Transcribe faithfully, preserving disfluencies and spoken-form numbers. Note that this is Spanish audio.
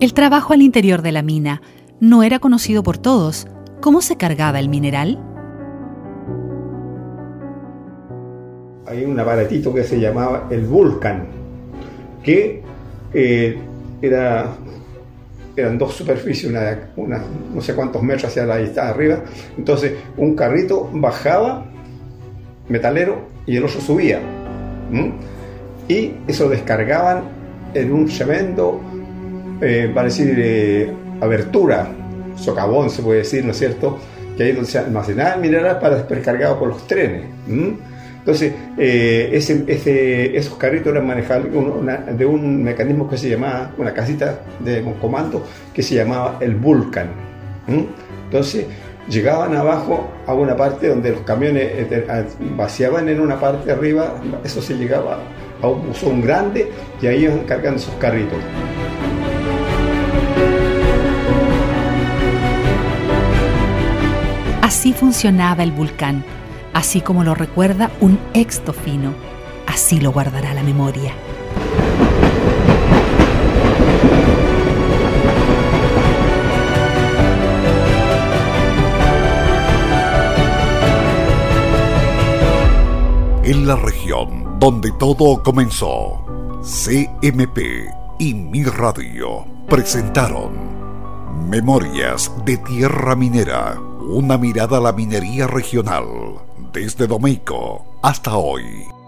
El trabajo al interior de la mina no era conocido por todos. ¿Cómo se cargaba el mineral? Hay un aparatito que se llamaba el Vulcan, que eh, era, eran dos superficies, una, una no sé cuántos metros hacia la distancia arriba. Entonces un carrito bajaba, metalero, y el otro subía. ¿Mm? Y eso descargaban en un cemento, eh, para decir, eh, abertura, socavón se puede decir, ¿no es cierto? Que ahí es donde se almacenaba el mineral para ser cargado por los trenes. ¿Mm? Entonces, eh, ese, ese, esos carritos eran manejados una, de un mecanismo que se llamaba, una casita de un comando que se llamaba el Vulcan. ¿Mm? Entonces, llegaban abajo a una parte donde los camiones eh, vaciaban en una parte arriba, eso se llegaba a un buzón grande y ahí iban cargando esos carritos. Así funcionaba el Vulcan, así como lo recuerda un ex tofino. Así lo guardará la memoria. En la región donde todo comenzó, C M P y Mi Radio presentaron Memorias de Tierra Minera, una mirada a la minería regional, desde Domeyko hasta hoy.